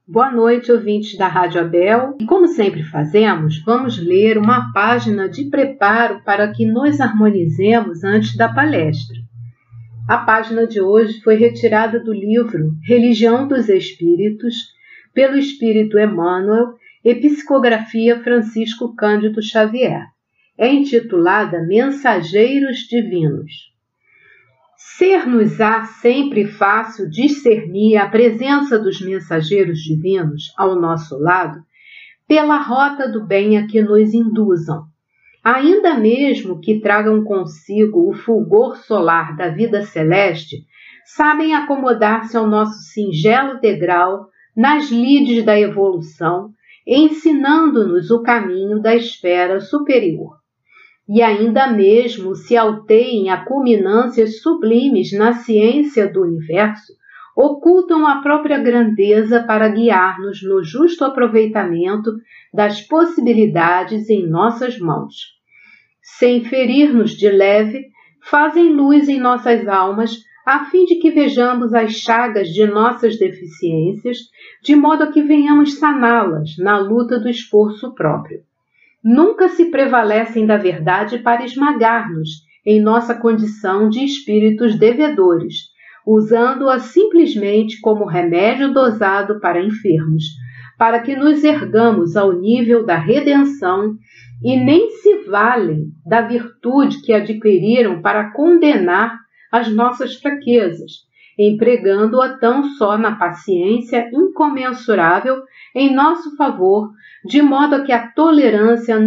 Boa noite, ouvintes da Rádio Abel. E como sempre fazemos, vamos ler uma página de preparo para que nos harmonizemos antes da palestra. A página de hoje foi retirada do livro Religião dos Espíritos, pelo Espírito Emmanuel, e Psicografia Francisco Cândido Xavier. É intitulada Mensageiros Divinos. Ser-nos-á sempre fácil discernir a presença dos mensageiros divinos ao nosso lado pela rota do bem a que nos induzam, ainda mesmo que tragam consigo o fulgor solar da vida celeste, sabem acomodar-se ao nosso singelo degrau nas lides da evolução, ensinando-nos o caminho da esfera superior. E ainda mesmo se alteiem a culminâncias sublimes na ciência do universo, ocultam a própria grandeza para guiar-nos no justo aproveitamento das possibilidades em nossas mãos. Sem ferir-nos de leve, fazem luz em nossas almas, a fim de que vejamos as chagas de nossas deficiências, de modo a que venhamos saná-las na luta do esforço próprio. Nunca se prevalecem da verdade para esmagar-nos em nossa condição de espíritos devedores, usando-a simplesmente como remédio dosado para enfermos, para que nos ergamos ao nível da redenção, e nem se valem da virtude que adquiriram para condenar as nossas fraquezas, empregando-a tão só na paciência incomensurável em nosso favor, de modo a que a tolerância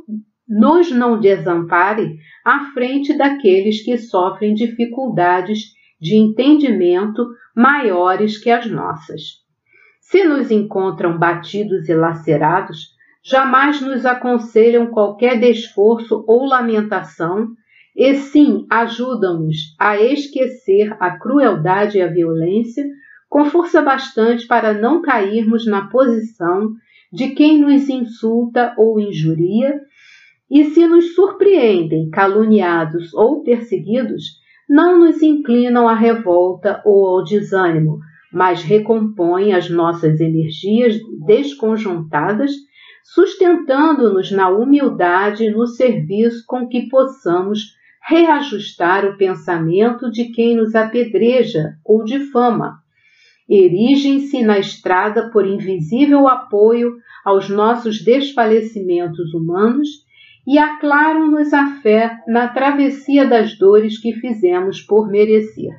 nos não desampare à frente daqueles que sofrem dificuldades de entendimento maiores que as nossas. Se nos encontram batidos e lacerados, jamais nos aconselham qualquer desforço ou lamentação, e sim ajudam-nos a esquecer a crueldade e a violência, com força bastante para não cairmos na posição de quem nos insulta ou injuria, e se nos surpreendem caluniados ou perseguidos, não nos inclinam à revolta ou ao desânimo, mas recompõem as nossas energias desconjuntadas, sustentando-nos na humildade e no serviço com que possamos reajustar o pensamento de quem nos apedreja ou difama. Erigem-se na estrada por invisível apoio aos nossos desfalecimentos humanos e aclaram-nos a fé na travessia das dores que fizemos por merecer.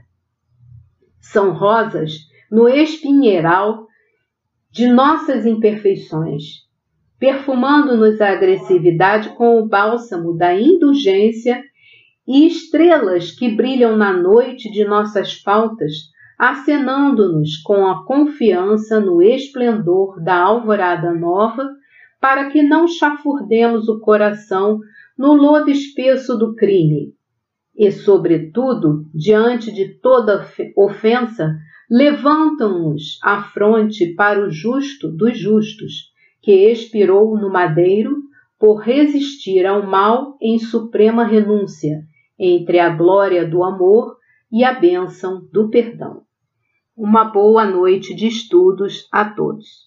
São rosas no espinheiral de nossas imperfeições, perfumando-nos a agressividade com o bálsamo da indulgência, e estrelas que brilham na noite de nossas faltas, acenando-nos com a confiança no esplendor da alvorada nova, para que não chafurdemos o coração no lodo espesso do crime. E, sobretudo, diante de toda ofensa, levantam-nos a fronte para o justo dos justos, que expirou no madeiro por resistir ao mal em suprema renúncia, entre a glória do amor e a bênção do perdão. Uma boa noite de estudos a todos.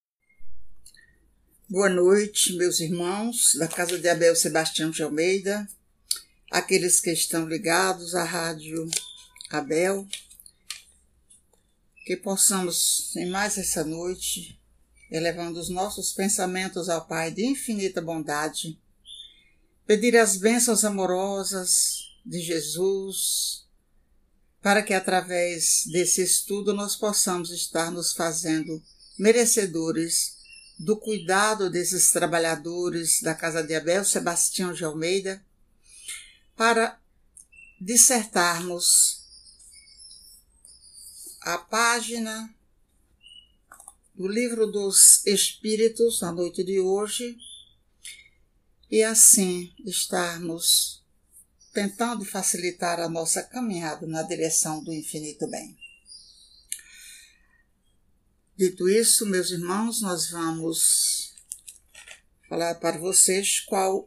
Boa noite, meus irmãos da Casa de Abel Sebastião de Almeida, aqueles que estão ligados à Rádio Abel, que possamos, em mais essa noite, elevando os nossos pensamentos ao Pai de infinita bondade, pedir as bênçãos amorosas de Jesus, para que através desse estudo nós possamos estar nos fazendo merecedores do cuidado desses trabalhadores da Casa de Abel Sebastião de Almeida, para dissertarmos a página do Livro dos Espíritos na noite de hoje, e assim estarmos tentando facilitar a nossa caminhada na direção do infinito bem. Dito isso, meus irmãos, nós vamos falar para vocês qual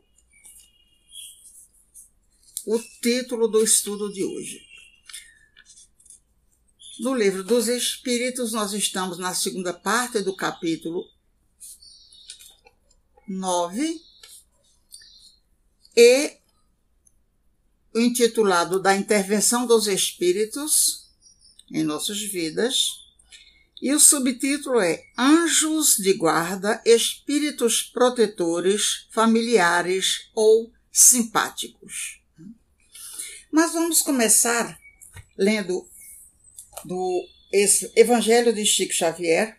o título do estudo de hoje. No Livro dos Espíritos, nós estamos na segunda parte do capítulo 9 e o intitulado da intervenção dos espíritos em nossas vidas, e o subtítulo é Anjos de guarda, espíritos protetores, familiares ou simpáticos. Mas vamos começar lendo do Evangelho de Chico Xavier,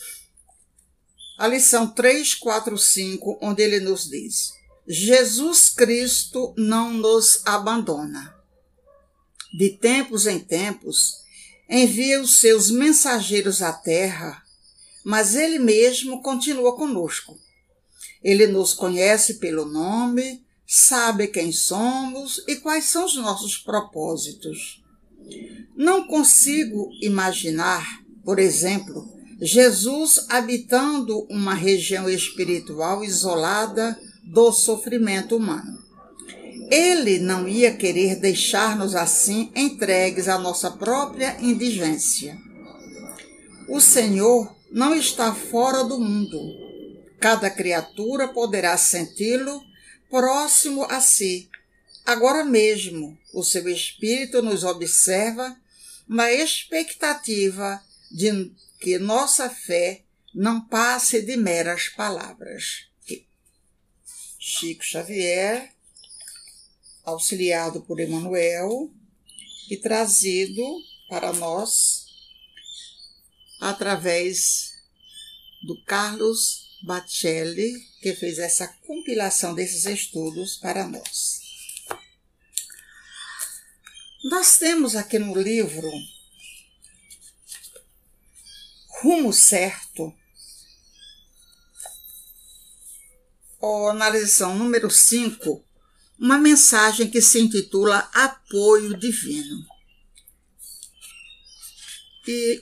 a lição 345, onde ele nos diz: Jesus Cristo não nos abandona. De tempos em tempos, envia os seus mensageiros à terra, mas ele mesmo continua conosco. Ele nos conhece pelo nome, sabe quem somos e quais são os nossos propósitos. Não consigo imaginar, por exemplo, Jesus habitando uma região espiritual isolada do sofrimento humano. Ele não ia querer deixar-nos assim entregues à nossa própria indigência. O Senhor não está fora do mundo. Cada criatura poderá senti-lo próximo a si. Agora mesmo, o seu Espírito nos observa na expectativa de que nossa fé não passe de meras palavras. Chico Xavier, auxiliado por Emmanuel e trazido para nós através do Carlos Bacelli, que fez essa compilação desses estudos para nós. Nós temos aqui no livro Rumo Certo, na lição número 5, uma mensagem que se intitula Apoio Divino. E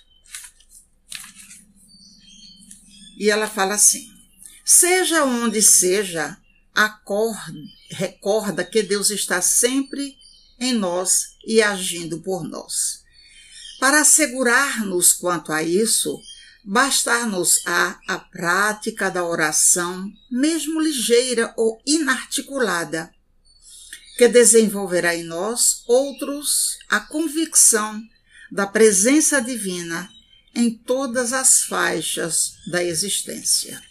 ela fala assim: seja onde seja, recorda que Deus está sempre em nós e agindo por nós. Para assegurar-nos quanto a isso, bastar-nos a prática da oração, mesmo ligeira ou inarticulada, que desenvolverá em nós outros a convicção da presença divina em todas as faixas da existência.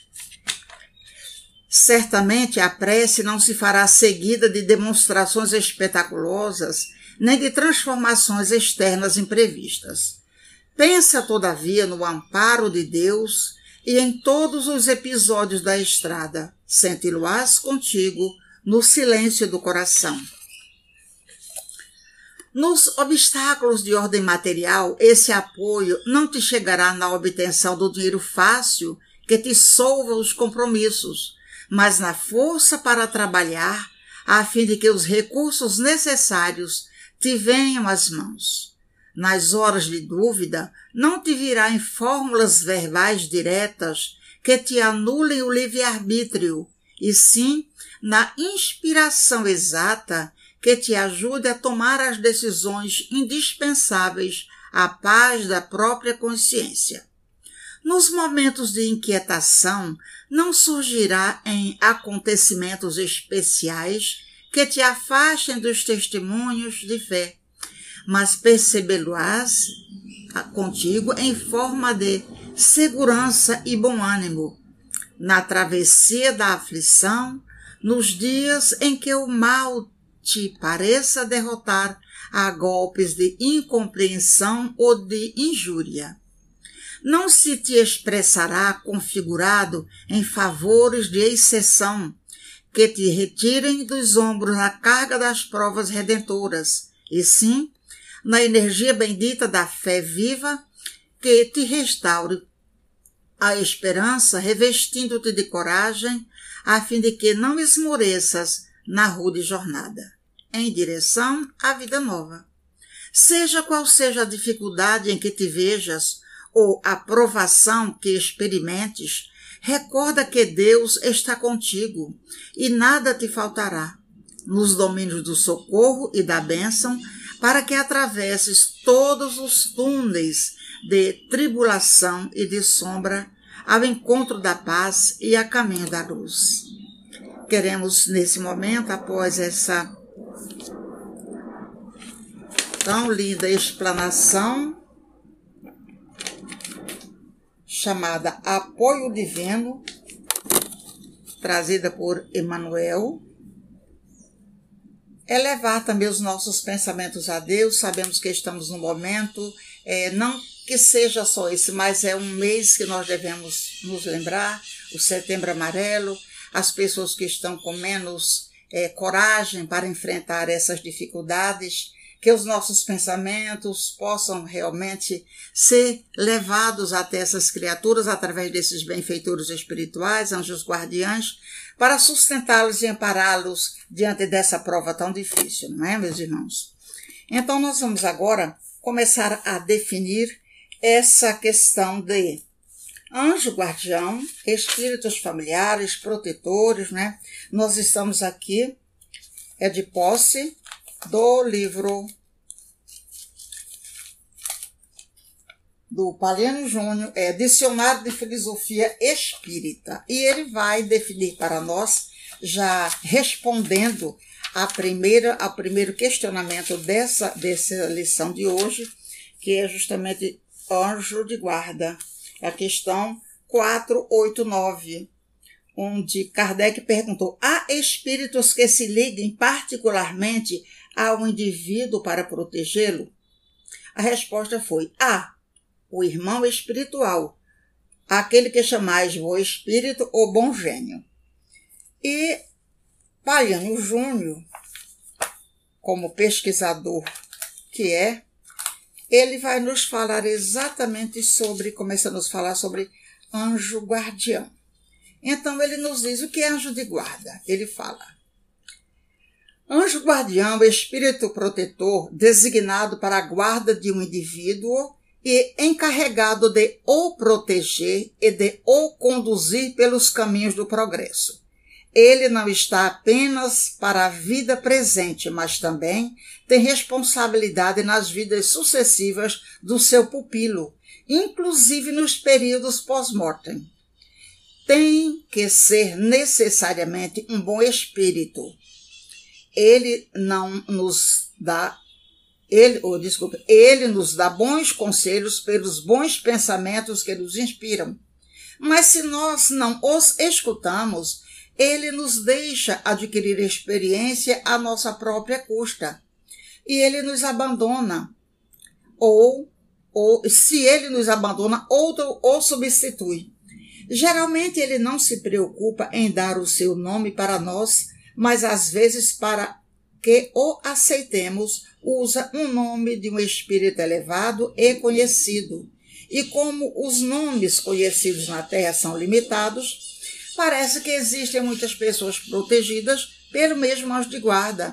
Certamente a prece não se fará seguida de demonstrações espetaculosas, nem de transformações externas imprevistas. Pensa, todavia, no amparo de Deus e em todos os episódios da estrada. Senti-lo-ás contigo no silêncio do coração. Nos obstáculos de ordem material, esse apoio não te chegará na obtenção do dinheiro fácil que te solva os compromissos, mas na força para trabalhar, a fim de que os recursos necessários te venham às mãos. Nas horas de dúvida, não te virá em fórmulas verbais diretas que te anulem o livre-arbítrio, e sim na inspiração exata que te ajude a tomar as decisões indispensáveis à paz da própria consciência. Nos momentos de inquietação, não surgirá em acontecimentos especiais que te afastem dos testemunhos de fé, mas percebê-lo-ás contigo em forma de segurança e bom ânimo, na travessia da aflição, nos dias em que o mal te pareça derrotar a golpes de incompreensão ou de injúria. Não se te expressará configurado em favores de exceção, que te retirem dos ombros a carga das provas redentoras, e sim na energia bendita da fé viva, que te restaure a esperança, revestindo-te de coragem, a fim de que não esmoreças na rude jornada, em direção à vida nova. Seja qual seja a dificuldade em que te vejas, ou a provação que experimentes, recorda que Deus está contigo e nada te faltará. Nos domínios do socorro e da bênção, para que atravesses todos os túneis de tribulação e de sombra ao encontro da paz e a caminho da luz. Queremos, nesse momento, após essa tão linda explanação, chamada Apoio Divino, trazida por Emmanuel, elevar também os nossos pensamentos a Deus. Sabemos que estamos num momento, não que seja só esse, mas é um mês que nós devemos nos lembrar, o Setembro Amarelo, as pessoas que estão com menos coragem para enfrentar essas dificuldades, que os nossos pensamentos possam realmente ser levados até essas criaturas através desses benfeitores espirituais, anjos guardiães, para sustentá-los e ampará-los diante dessa prova tão difícil, não é, meus irmãos? Então, nós vamos agora começar a definir essa questão de anjo guardião, espíritos familiares, protetores, né? Nós estamos aqui, de posse do livro do Palhano Júnior, Dicionário de Filosofia Espírita. E ele vai definir para nós, já respondendo ao primeiro questionamento dessa lição de hoje, que é justamente anjo de guarda. É a questão 489, onde Kardec perguntou: há espíritos que se liguem particularmente ao indivíduo para protegê-lo? A resposta foi: o irmão espiritual, aquele que chamais bom espírito ou bom gênio. E Palhano Júnior, como pesquisador que ele vai nos falar exatamente começa a nos falar sobre anjo guardião. Então ele nos diz o que é anjo de guarda. Ele fala: anjo guardião é espírito protetor designado para a guarda de um indivíduo e encarregado de o proteger e de o conduzir pelos caminhos do progresso. Ele não está apenas para a vida presente, mas também tem responsabilidade nas vidas sucessivas do seu pupilo, inclusive nos períodos pós-mortem. Tem que ser necessariamente um bom espírito. Ele nos dá bons conselhos pelos bons pensamentos que nos inspiram. Mas se nós não os escutamos, ele nos deixa adquirir experiência à nossa própria custa. E ele nos abandona. Ou se ele nos abandona, outro o substitui. Geralmente ele não se preocupa em dar o seu nome para nós, mas às vezes para que o aceitemos, usa um nome de um espírito elevado e conhecido. E como os nomes conhecidos na Terra são limitados, parece que existem muitas pessoas protegidas pelo mesmo anjo de guarda.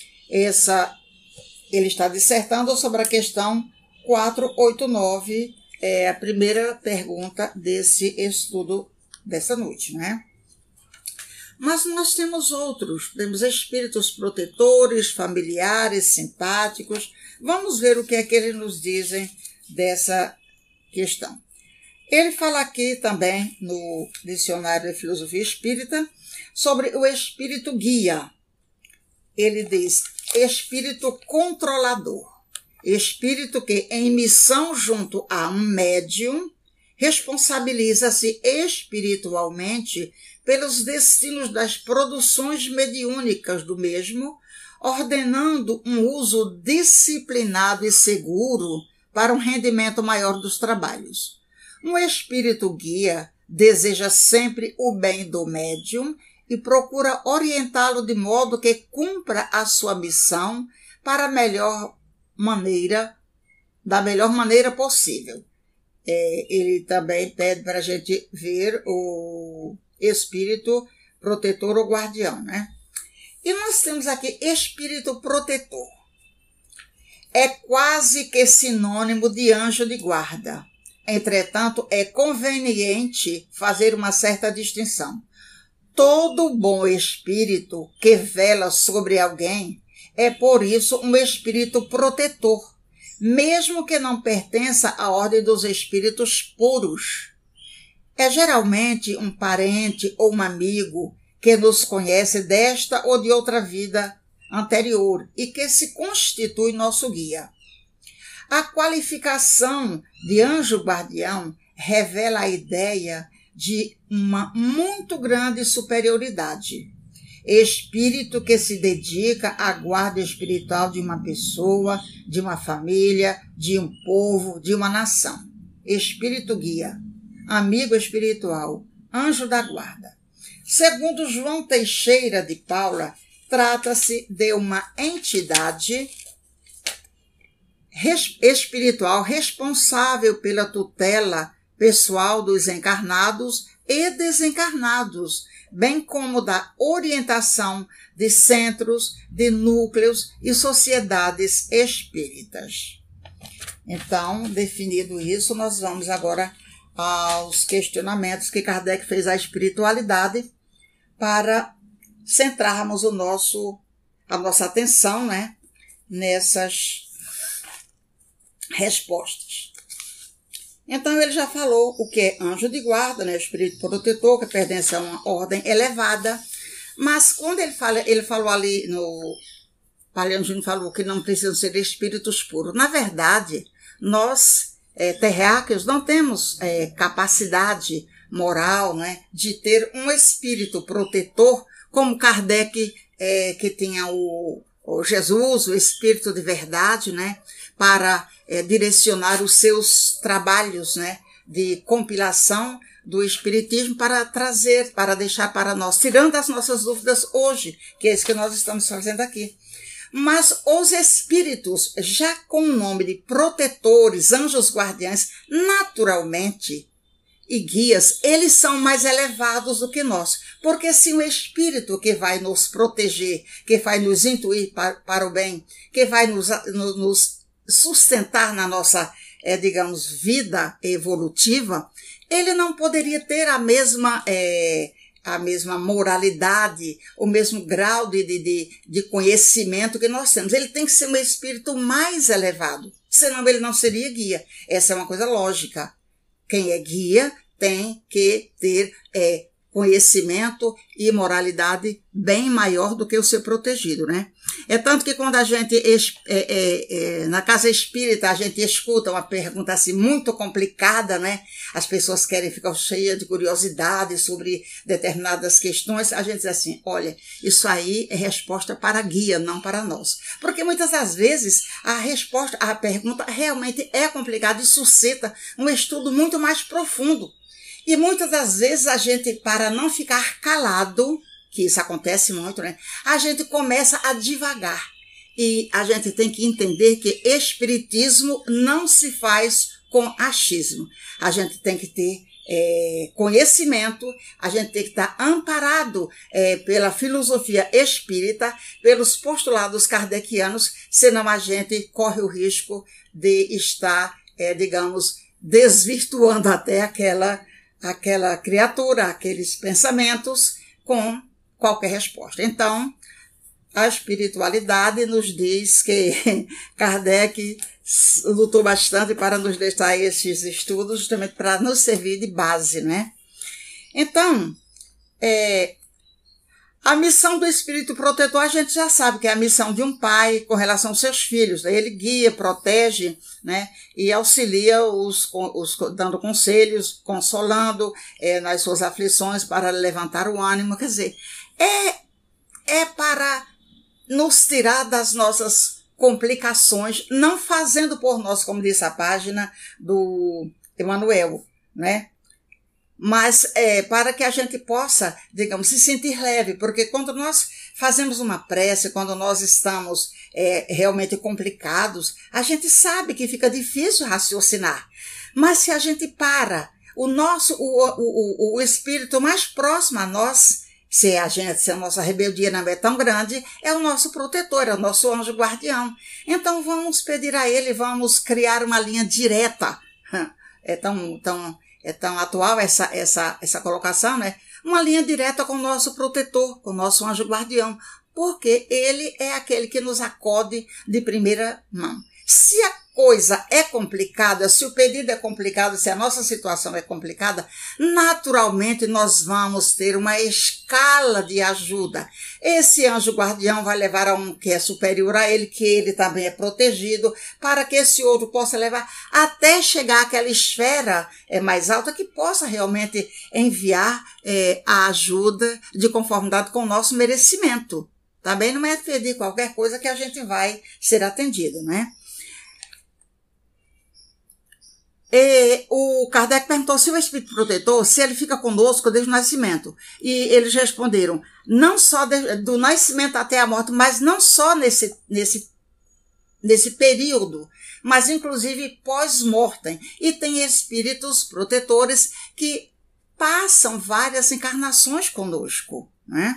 Ele está dissertando sobre a questão 489, a primeira pergunta desse estudo dessa noite, né? Mas nós temos temos espíritos protetores, familiares, simpáticos. Vamos ver o que é que eles nos dizem dessa questão. Ele fala aqui também, no Dicionário de Filosofia Espírita, sobre o espírito guia. Ele diz: espírito controlador. Espírito que, em missão junto a um médium, responsabiliza-se espiritualmente pelos destinos das produções mediúnicas do mesmo, ordenando um uso disciplinado e seguro para um rendimento maior dos trabalhos. Um espírito guia deseja sempre o bem do médium e procura orientá-lo de modo que cumpra a sua missão da melhor maneira possível. Ele também pede para a gente ver o espírito protetor ou guardião, né? E nós temos aqui espírito protetor. É quase que sinônimo de anjo de guarda. Entretanto, é conveniente fazer uma certa distinção. Todo bom espírito que vela sobre alguém é, por isso, um espírito protetor, mesmo que não pertença à ordem dos espíritos puros. É geralmente um parente ou um amigo que nos conhece desta ou de outra vida anterior e que se constitui nosso guia. A qualificação de anjo guardião revela a ideia de uma muito grande superioridade. Espírito que se dedica à guarda espiritual de uma pessoa, de uma família, de um povo, de uma nação. Espírito guia, amigo espiritual, anjo da guarda. Segundo João Teixeira de Paula, trata-se de uma entidade espiritual responsável pela tutela pessoal dos encarnados e desencarnados, bem como da orientação de centros, de núcleos e sociedades espíritas. Então, definido isso, nós vamos agora aos questionamentos que Kardec fez à espiritualidade para centrarmos a nossa atenção, né, nessas respostas. Então ele já falou o que é anjo de guarda, né, espírito protetor, que pertence a uma ordem elevada, mas quando ele falou ali no Palhano Júnior, falou que não precisam ser espíritos puros. Na verdade, nós terráqueos não temos capacidade moral, né, de ter um espírito protetor como Kardec, que tinha o Jesus, o espírito de verdade, né, para direcionar os seus trabalhos, né, de compilação do espiritismo para trazer, para deixar para nós, tirando as nossas dúvidas hoje, que é isso que nós estamos fazendo aqui. Mas os espíritos, já com o nome de protetores, anjos guardiães, naturalmente, e guias, eles são mais elevados do que nós. Porque se o espírito que vai nos proteger, que vai nos intuir para o bem, que vai nos sustentar na nossa, vida evolutiva, ele não poderia ter a mesma moralidade, o mesmo grau de conhecimento que nós temos. Ele tem que ser um espírito mais elevado, senão ele não seria guia. Essa é uma coisa lógica. Quem é guia tem que ter conhecimento e moralidade bem maior do que o seu protegido, né? É tanto que quando a gente, na casa espírita, a gente escuta uma pergunta assim muito complicada, né? As pessoas querem ficar cheias de curiosidade sobre determinadas questões. A gente diz assim, olha, isso aí é resposta para guia, não para nós. Porque muitas das vezes a pergunta realmente é complicada e suscita um estudo muito mais profundo. E muitas das vezes a gente, para não ficar calado, que isso acontece muito, né? A gente começa a divagar. E a gente tem que entender que espiritismo não se faz com achismo. A gente tem que ter conhecimento, a gente tem que estar amparado pela filosofia espírita, pelos postulados kardecianos, senão a gente corre o risco de estar, desvirtuando até aquela criatura, aqueles pensamentos com qualquer resposta. Então, a espiritualidade nos diz que Kardec lutou bastante para nos deixar esses estudos, justamente para nos servir de base, né? Então, a missão do espírito protetor, a gente já sabe que é a missão de um pai com relação aos seus filhos, né? Ele guia, protege, né? E auxilia dando conselhos, consolando nas suas aflições para levantar o ânimo. Quer dizer, é para nos tirar das nossas complicações, não fazendo por nós, como disse a página do Emmanuel, né? Mas para que a gente possa, se sentir leve, porque quando nós fazemos uma prece, quando nós estamos realmente complicados, a gente sabe que fica difícil raciocinar. Mas se a gente para, o espírito mais próximo a nós, se a nossa rebeldia não é tão grande, é o nosso protetor, é o nosso anjo guardião. Então vamos pedir a ele, vamos criar uma linha direta. É tão atual essa colocação, né? Uma linha direta com o nosso protetor, com o nosso anjo guardião. porque ele é aquele que nos acode de primeira mão. Se a coisa é complicada, se o pedido é complicado, se a nossa situação é complicada, naturalmente nós vamos ter uma escala de ajuda. Esse anjo guardião vai levar a um que é superior a ele, que ele também é protegido, para que esse outro possa levar até chegar àquela esfera mais alta que possa realmente enviar a ajuda de conformidade com o nosso merecimento. Também não é pedir qualquer coisa que a gente vai ser atendido, né? O Kardec perguntou se o espírito protetor, se ele fica conosco desde o nascimento. E eles responderam, não só do nascimento até a morte, mas não só nesse período, mas inclusive pós-mortem. E tem espíritos protetores que passam várias encarnações conosco, né?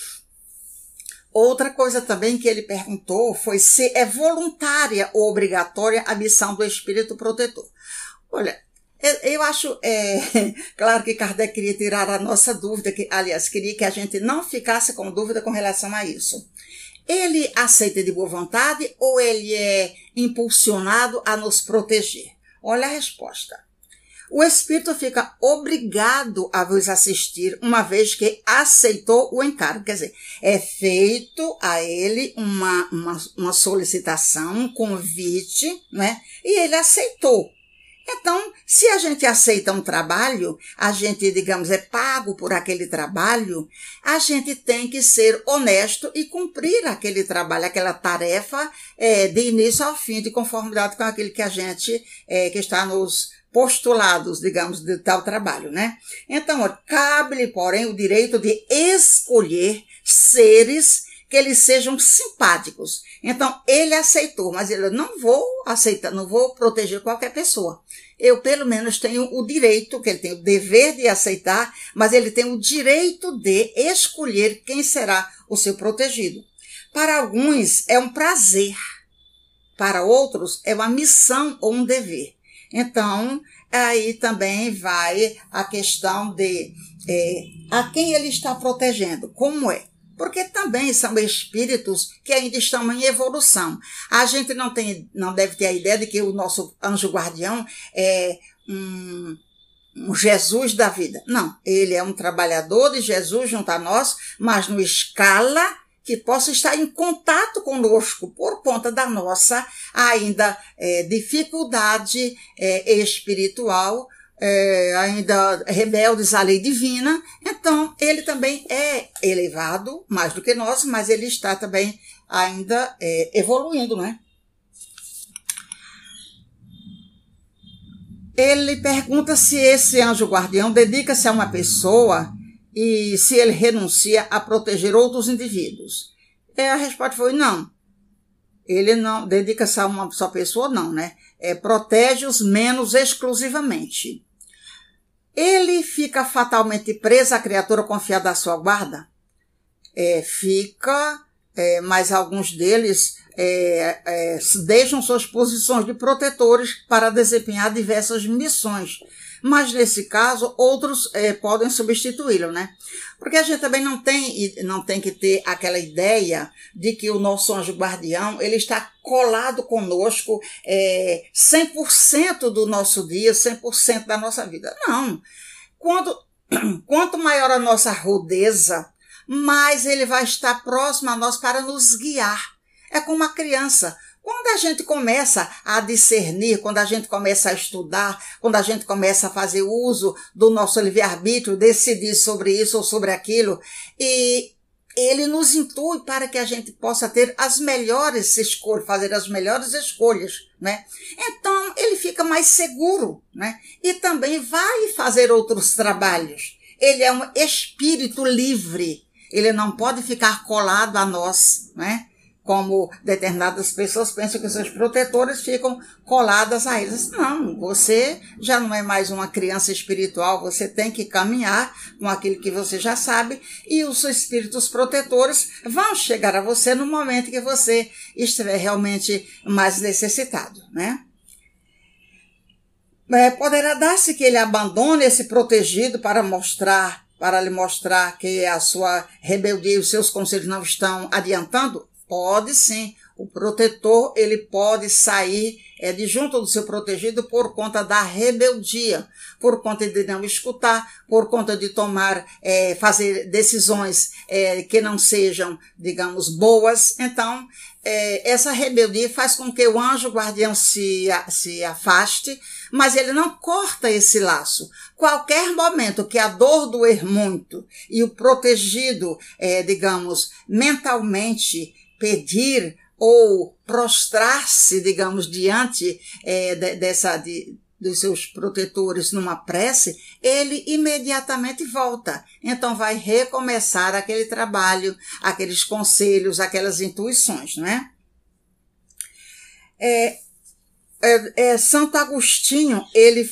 Outra coisa também que ele perguntou foi se é voluntária ou obrigatória a missão do espírito protetor. Olha, eu acho, claro que Kardec queria tirar a nossa dúvida, aliás, queria que a gente não ficasse com dúvida com relação a isso. Ele aceita de boa vontade ou ele é impulsionado a nos proteger? Olha a resposta. O espírito fica obrigado a vos assistir uma vez que aceitou o encargo. Quer dizer, é feito a ele uma solicitação, um convite, né? E ele aceitou. Então, se a gente aceita um trabalho, a gente, digamos, é pago por aquele trabalho, a gente tem que ser honesto e cumprir aquele trabalho, aquela tarefa de início ao fim, de conformidade com aquilo que a gente, que está nos postulados, digamos, de tal trabalho, né? Então, cabe-lhe, porém, o direito de escolher seres que eles sejam simpáticos. Então, ele aceitou, mas ele não vou aceitar, não vou proteger qualquer pessoa. Eu, pelo menos, tenho o direito, que ele tem o dever de aceitar, mas ele tem o direito de escolher quem será o seu protegido. Para alguns, é um prazer. Para outros, é uma missão ou um dever. Então, aí também vai a questão de a quem ele está protegendo, como é. Porque também são espíritos que ainda estão em evolução. A gente não deve ter a ideia de que o nosso anjo guardião é um Jesus da vida. Não, ele é um trabalhador de Jesus junto a nós, mas numa escala que possa estar em contato conosco por conta da nossa ainda dificuldade espiritual, ainda rebeldes à lei divina. Então, ele também é elevado, mais do que nós, mas ele está também ainda evoluindo, né? Ele pergunta se esse anjo guardião dedica-se a uma pessoa e se ele renuncia a proteger outros indivíduos. A resposta foi não. Ele não dedica-se a uma só pessoa, não, né? Protege-os menos exclusivamente. Ele fica fatalmente preso à criatura confiada à sua guarda? Fica, mas alguns deles deixam suas posições de protetores para desempenhar diversas missões. Mas, nesse caso, outros podem substituí-lo, né? Porque a gente também não tem que ter aquela ideia de que o nosso anjo guardião, ele está colado conosco 100% do nosso dia, 100% da nossa vida. Não. Quanto maior a nossa rudeza, mais ele vai estar próximo a nós para nos guiar. É como uma criança. Quando a gente começa a discernir, quando a gente começa a estudar, quando a gente começa a fazer uso do nosso livre-arbítrio, decidir sobre isso ou sobre aquilo, e ele nos intui para que a gente possa ter as melhores escolhas, fazer as melhores escolhas, né? Então, ele fica mais seguro, né? E também vai fazer outros trabalhos. Ele é um espírito livre. Ele não pode ficar colado a nós, né? Como determinadas pessoas pensam que seus protetores ficam coladas a eles. Não, você já não é mais uma criança espiritual, você tem que caminhar com aquilo que você já sabe e os espíritos protetores vão chegar a você no momento que você estiver realmente mais necessitado, né? Poderá dar-se que ele abandone esse protegido para mostrar para lhe mostrar que a sua rebeldia e os seus conselhos não estão adiantando? Pode sim. O protetor, ele pode sair de junto do seu protegido por conta da rebeldia, por conta de não escutar, por conta de tomar, fazer decisões que não sejam, digamos, boas. Então, essa rebeldia faz com que o anjo guardião se afaste, mas ele não corta esse laço. Qualquer momento que a dor doer muito e o protegido, digamos, mentalmente pedir ou prostrar-se, digamos, diante dos seus protetores numa prece, ele imediatamente volta. Então vai recomeçar aquele trabalho, aqueles conselhos, aquelas intuições, não é? Santo Agostinho, ele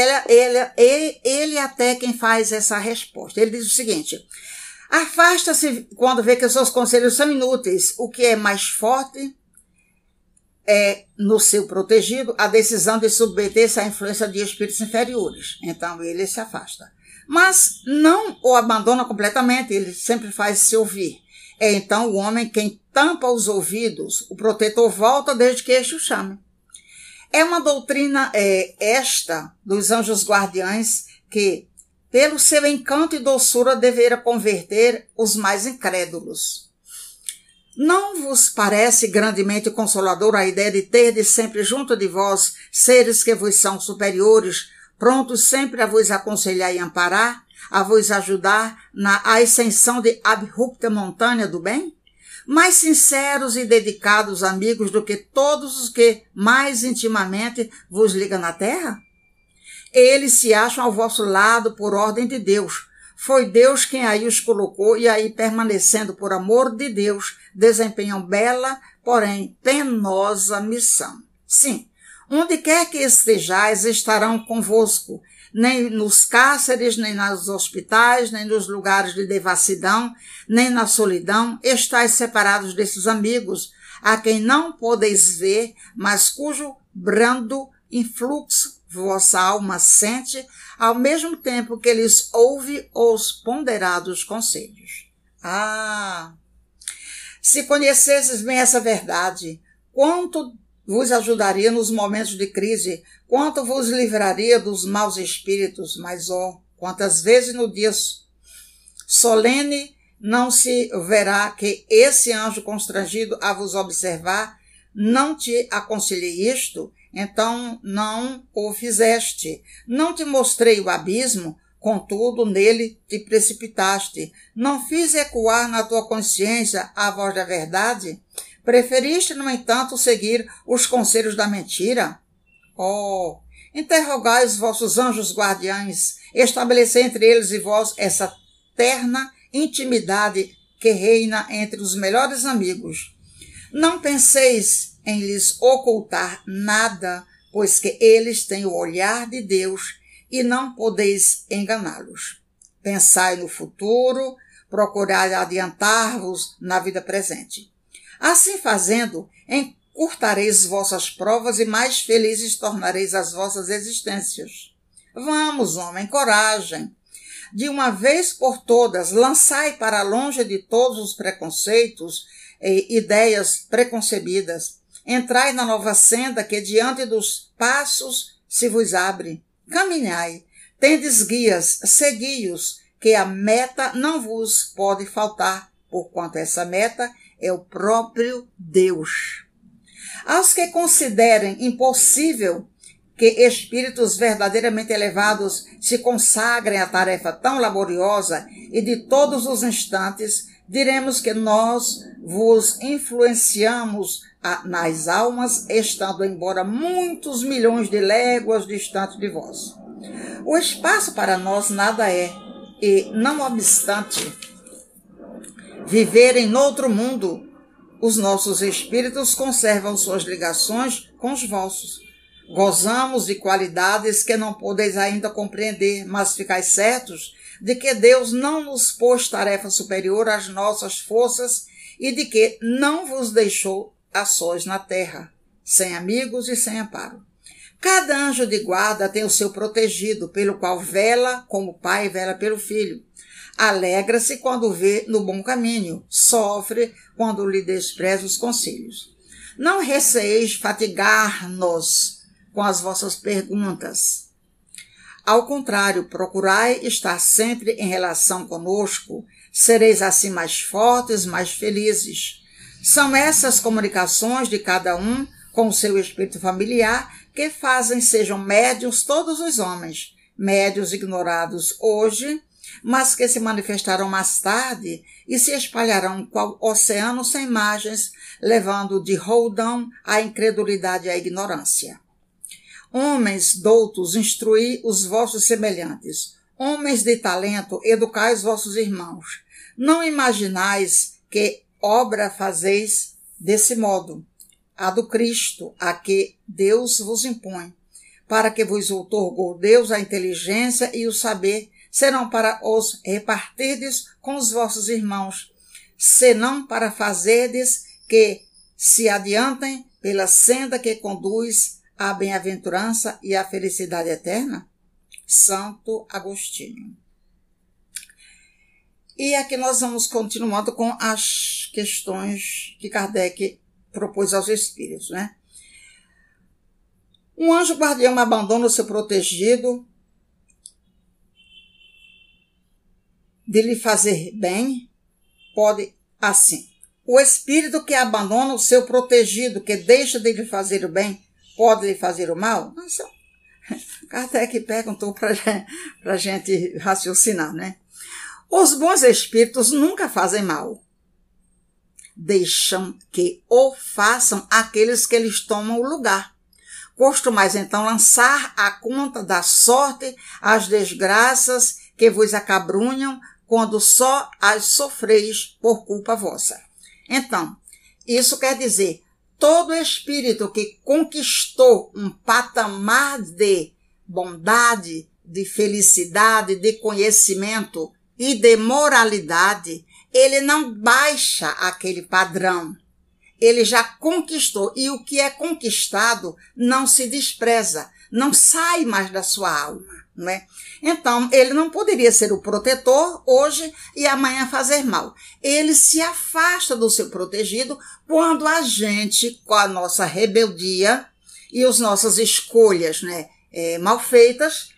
até quem faz essa resposta. Ele diz o seguinte: afasta-se quando vê que os seus conselhos são inúteis. O que é mais forte é, no seu protegido, a decisão de submeter-se à influência de espíritos inferiores. Então ele se afasta. Mas não o abandona completamente, ele sempre faz se ouvir. É então o homem quem tampa os ouvidos, o protetor volta desde que este o chame. É uma doutrina esta dos anjos guardiães que, pelo seu encanto e doçura, deverá converter os mais incrédulos. Não vos parece grandemente consoladora a ideia de terdes sempre junto de vós seres que vos são superiores, prontos sempre a vos aconselhar e amparar, a vos ajudar na ascensão de abrupta montanha do bem? Mais sinceros e dedicados amigos do que todos os que mais intimamente vos ligam na terra? Eles se acham ao vosso lado por ordem de Deus. Foi Deus quem aí os colocou e aí, permanecendo por amor de Deus, desempenham bela, porém penosa missão. Sim, onde quer que estejais, estarão convosco, nem nos cárceres, nem nos hospitais, nem nos lugares de devassidão, nem na solidão, estáis separados desses amigos, a quem não podeis ver, mas cujo brando influxo vossa alma sente, ao mesmo tempo que lhes ouve os ponderados conselhos. Se conhecesses bem essa verdade, quanto vos ajudaria nos momentos de crise, quanto vos livraria dos maus espíritos, mas, quantas vezes no dia solene não se verá que esse anjo constrangido a vos observar não te aconselhei isto, então não o fizeste. Não te mostrei o abismo, contudo nele te precipitaste. Não fiz ecoar na tua consciência a voz da verdade? Preferiste, no entanto, seguir os conselhos da mentira? Interrogai os vossos anjos guardiães, estabelecei entre eles e vós essa terna intimidade que reina entre os melhores amigos. Não penseis em lhes ocultar nada, pois que eles têm o olhar de Deus e não podeis enganá-los. Pensai no futuro, procurai adiantar-vos na vida presente. Assim fazendo, encurtareis vossas provas e mais felizes tornareis as vossas existências. Vamos, homem, coragem. De uma vez por todas, lançai para longe de todos os preconceitos e ideias preconcebidas. Entrai na nova senda que diante dos passos se vos abre. Caminhai, tendes guias, segui-os, que a meta não vos pode faltar, porquanto essa meta é o próprio Deus. Aos que considerem impossível que espíritos verdadeiramente elevados se consagrem à tarefa tão laboriosa e de todos os instantes, diremos que nós vos influenciamos nas almas, estando embora muitos milhões de léguas distantes de vós. O espaço para nós nada é, e, não obstante viverem noutro mundo, os nossos espíritos conservam suas ligações com os vossos. Gozamos de qualidades que não podeis ainda compreender, mas ficais certos de que Deus não nos pôs tarefa superior às nossas forças e de que não vos deixou a sós na terra, sem amigos e sem amparo. Cada anjo de guarda tem o seu protegido, pelo qual vela como o pai vela pelo filho. Alegra-se quando vê no bom caminho, sofre quando lhe despreza os conselhos. Não receeis fatigar-nos com as vossas perguntas. Ao contrário, procurai estar sempre em relação conosco, sereis assim mais fortes, mais felizes. São essas comunicações de cada um com o seu espírito familiar que fazem sejam médiuns todos os homens, médiuns ignorados hoje, mas que se manifestarão mais tarde e se espalharão qual oceano sem margens, levando de roldão a incredulidade e a ignorância. Homens doutos, instruí os vossos semelhantes. Homens de talento, educai os vossos irmãos. Não imaginais que obra fazeis desse modo, a do Cristo, a que Deus vos impõe, para que vos outorgou Deus a inteligência e o saber, serão para os repartirdes com os vossos irmãos, senão para fazerdes que se adiantem pela senda que conduz à bem-aventurança e à felicidade eterna? Santo Agostinho. E aqui nós vamos continuando com as questões que Kardec propôs aos espíritos, né? Um anjo guardião abandona o seu protegido de lhe fazer bem, pode assim. O espírito que abandona o seu protegido, que deixa de lhe fazer o bem, pode lhe fazer o mal? Nossa, Kardec perguntou para a gente raciocinar, né? Os bons espíritos nunca fazem mal. Deixam que o façam aqueles que lhes tomam o lugar. Costumais então lançar à conta da sorte as desgraças que vos acabrunham quando só as sofreis por culpa vossa. Então, isso quer dizer, todo espírito que conquistou um patamar de bondade, de felicidade, de conhecimento e de moralidade, ele não baixa aquele padrão. Ele já conquistou. E o que é conquistado não se despreza, não sai mais da sua alma, não é? Então, ele não poderia ser o protetor hoje e amanhã fazer mal. Ele se afasta do seu protegido quando a gente, com a nossa rebeldia e as nossas escolhas, né, mal feitas,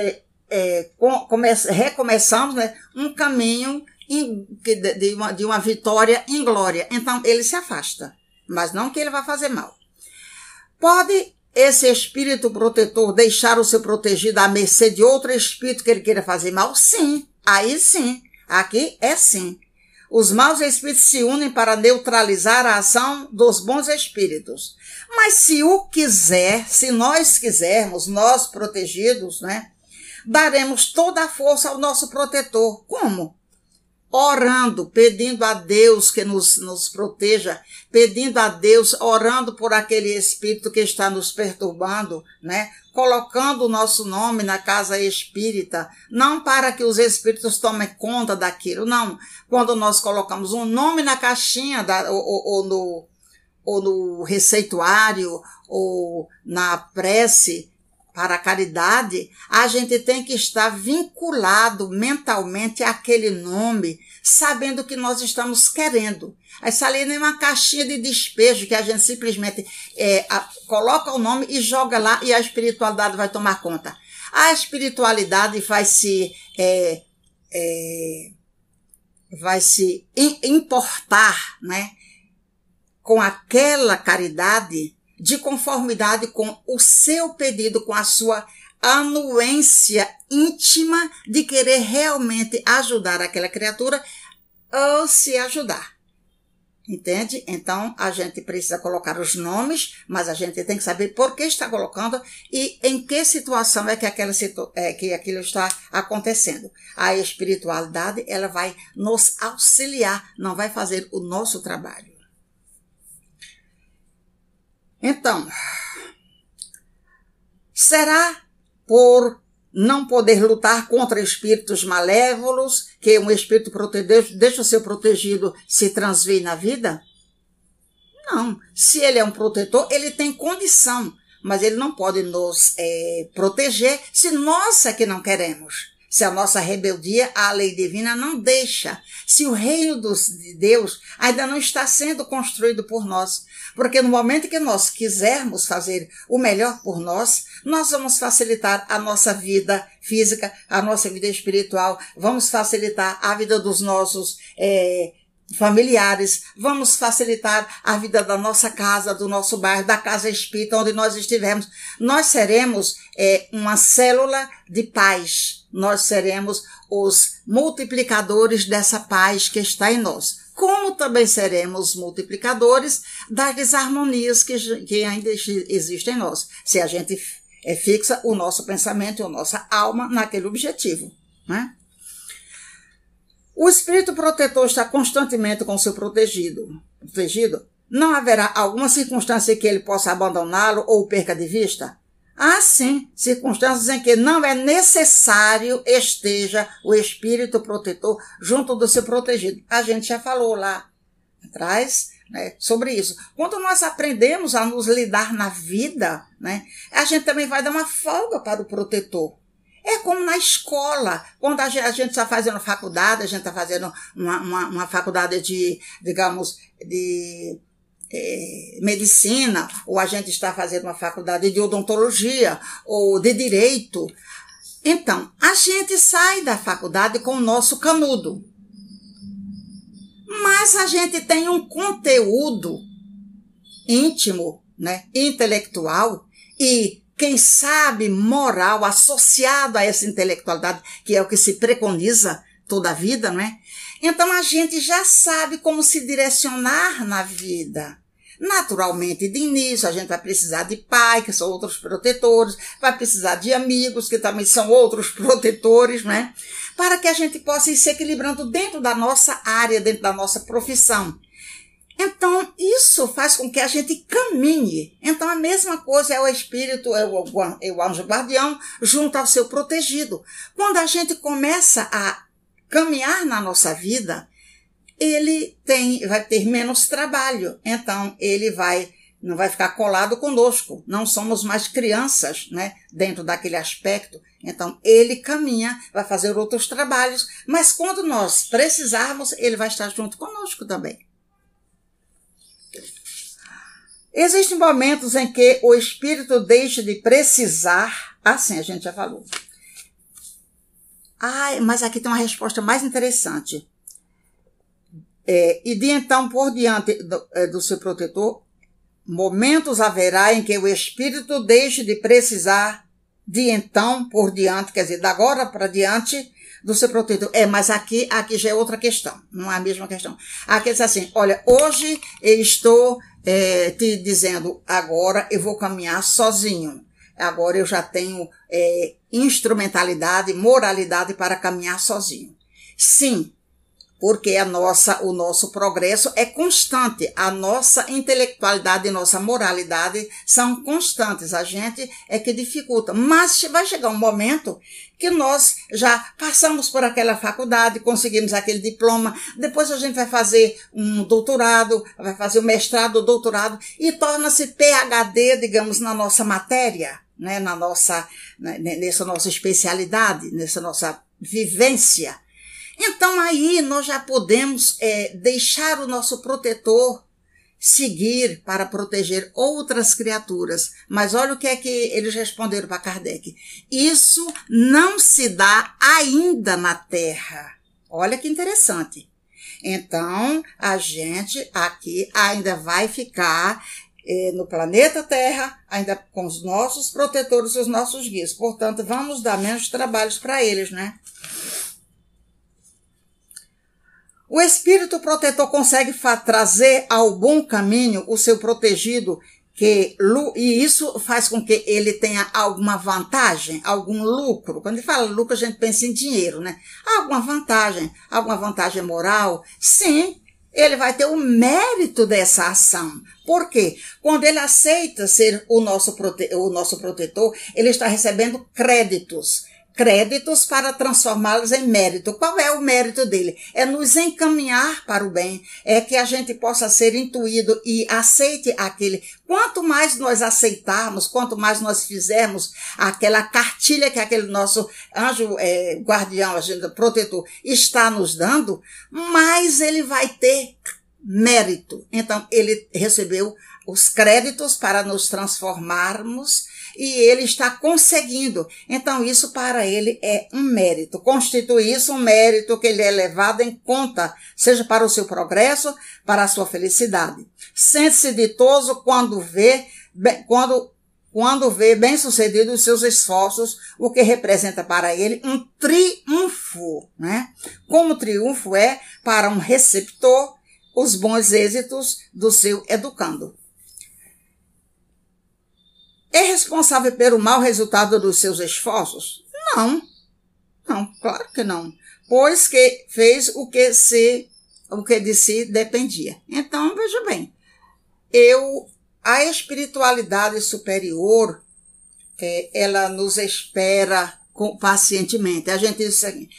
recomeçamos, né, um caminho de uma vitória inglória. Então, ele se afasta, mas não que ele vá fazer mal. Pode esse espírito protetor deixar o seu protegido à mercê de outro espírito que ele queira fazer mal? Sim, aí sim, aqui é sim. Os maus espíritos se unem para neutralizar a ação dos bons espíritos. Mas se nós quisermos, nós protegidos, né, daremos toda a força ao nosso protetor. Como? Orando, pedindo a Deus que nos proteja, pedindo a Deus, orando por aquele espírito que está nos perturbando, né? Colocando o nosso nome na casa espírita, não para que os espíritos tomem conta daquilo, não. Quando nós colocamos um nome na caixinha ou no receituário ou na prece para a caridade, a gente tem que estar vinculado mentalmente àquele nome, sabendo o que nós estamos querendo. Essa ali nem uma caixinha de despejo que a gente simplesmente coloca o nome e joga lá e a espiritualidade vai tomar conta. A espiritualidade vai se importar, né, com aquela caridade de conformidade com o seu pedido, com a sua anuência íntima de querer realmente ajudar aquela criatura ou se ajudar. Entende? Então, a gente precisa colocar os nomes, mas a gente tem que saber por que está colocando e em que situação é que aquilo está acontecendo. A espiritualidade, ela vai nos auxiliar, não vai fazer o nosso trabalho. Então, será por não poder lutar contra espíritos malévolos que um espírito protegido deixa o seu protegido se transvir na vida? Não. Se ele é um protetor, ele tem condição. mas ele não pode nos proteger se nós é que não queremos. Se a nossa rebeldia à lei divina não deixa. Se o reino de Deus ainda não está sendo construído por nós. Porque no momento que nós quisermos fazer o melhor por nós, nós vamos facilitar a nossa vida física, a nossa vida espiritual, vamos facilitar a vida dos nossos familiares, vamos facilitar a vida da nossa casa, do nosso bairro, da casa espírita, onde nós estivermos. Nós seremos uma célula de paz. Nós seremos os multiplicadores dessa paz que está em nós. Como também seremos multiplicadores das desarmonias que ainda existem em nós, se a gente fixa o nosso pensamento e a nossa alma naquele objetivo, né? O espírito protetor está constantemente com o seu protegido. Não haverá alguma circunstância em que ele possa abandoná-lo ou perca de vista? Há sim circunstâncias em que não é necessário esteja o espírito protetor junto do seu protegido. A gente já falou lá atrás, né, sobre isso. Quando nós aprendemos a nos lidar na vida, né, a gente também vai dar uma folga para o protetor. É como na escola, quando a gente está fazendo faculdade, a gente está fazendo uma faculdade de, digamos, de medicina, ou a gente está fazendo uma faculdade de odontologia, ou de direito. Então, a gente sai da faculdade com o nosso canudo. Mas a gente tem um conteúdo íntimo, né, intelectual e, quem sabe, moral, associado a essa intelectualidade, que é o que se preconiza toda a vida, não é? Então a gente já sabe como se direcionar na vida. Naturalmente, de início, a gente vai precisar de pai, que são outros protetores, vai precisar de amigos, que também são outros protetores, né? Para que a gente possa ir se equilibrando dentro da nossa área, dentro da nossa profissão. Então, isso faz com que a gente caminhe. Então, a mesma coisa é o espírito, é o anjo guardião, junto ao seu protegido. Quando a gente começa a caminhar na nossa vida, ele vai ter menos trabalho. Então, ele não vai ficar colado conosco. Não somos mais crianças, né, dentro daquele aspecto. Então, ele caminha, vai fazer outros trabalhos, mas quando nós precisarmos, ele vai estar junto conosco também. Existem momentos em que o espírito deixa de precisar, assim a gente já falou. Mas aqui tem uma resposta mais interessante. E de então por diante do seu protetor, momentos haverá em que o espírito deixe de precisar de então por diante, quer dizer, da agora para diante do seu protetor. Mas aqui já é outra questão, não é a mesma questão. Aqui diz assim, olha, hoje eu estou te dizendo, agora eu vou caminhar sozinho. Agora eu já tenho instrumentalidade, moralidade para caminhar sozinho. Sim, porque o nosso progresso é constante. A nossa intelectualidade e nossa moralidade são constantes. A gente é que dificulta. Mas vai chegar um momento que nós já passamos por aquela faculdade, conseguimos aquele diploma, depois a gente vai fazer um doutorado, vai fazer um mestrado, doutorado, e torna-se PhD, digamos, na nossa matéria, né, nessa nossa especialidade, nessa nossa vivência. Então aí nós já podemos deixar o nosso protetor seguir para proteger outras criaturas. Mas olha o que é que eles responderam para Kardec. Isso não se dá ainda na Terra. Olha que interessante. Então, a gente aqui ainda vai ficar no planeta Terra, ainda com os nossos protetores e os nossos guias. Portanto, vamos dar menos trabalhos para eles, né? O espírito protetor consegue trazer ao bom caminho o seu protegido, e isso faz com que ele tenha alguma vantagem, algum lucro. Quando ele fala lucro, a gente pensa em dinheiro, né? Alguma vantagem moral? Sim, ele vai ter o mérito dessa ação. Por quê? Quando ele aceita ser o nosso protetor, ele está recebendo créditos. créditos para transformá-los em mérito. Qual é o mérito dele? É nos encaminhar para o bem, é que a gente possa ser intuído e aceite aquele. Quanto mais nós aceitarmos, quanto mais nós fizermos aquela cartilha que aquele nosso anjo guardião, protetor, está nos dando, mais ele vai ter mérito. Então, ele recebeu os créditos para nos transformarmos e ele está conseguindo. Então, isso para ele é um mérito. Constitui isso um mérito que ele é levado em conta, seja para o seu progresso, para a sua felicidade. Sente-se ditoso quando vê bem-sucedido os seus esforços, o que representa para ele um triunfo, né? Como triunfo é para um receptor os bons êxitos do seu educando. É responsável pelo mau resultado dos seus esforços? Não, claro que não. Pois que fez o que de si dependia. Então, veja bem, a espiritualidade superior, ela nos espera pacientemente. A gente diz o seguinte,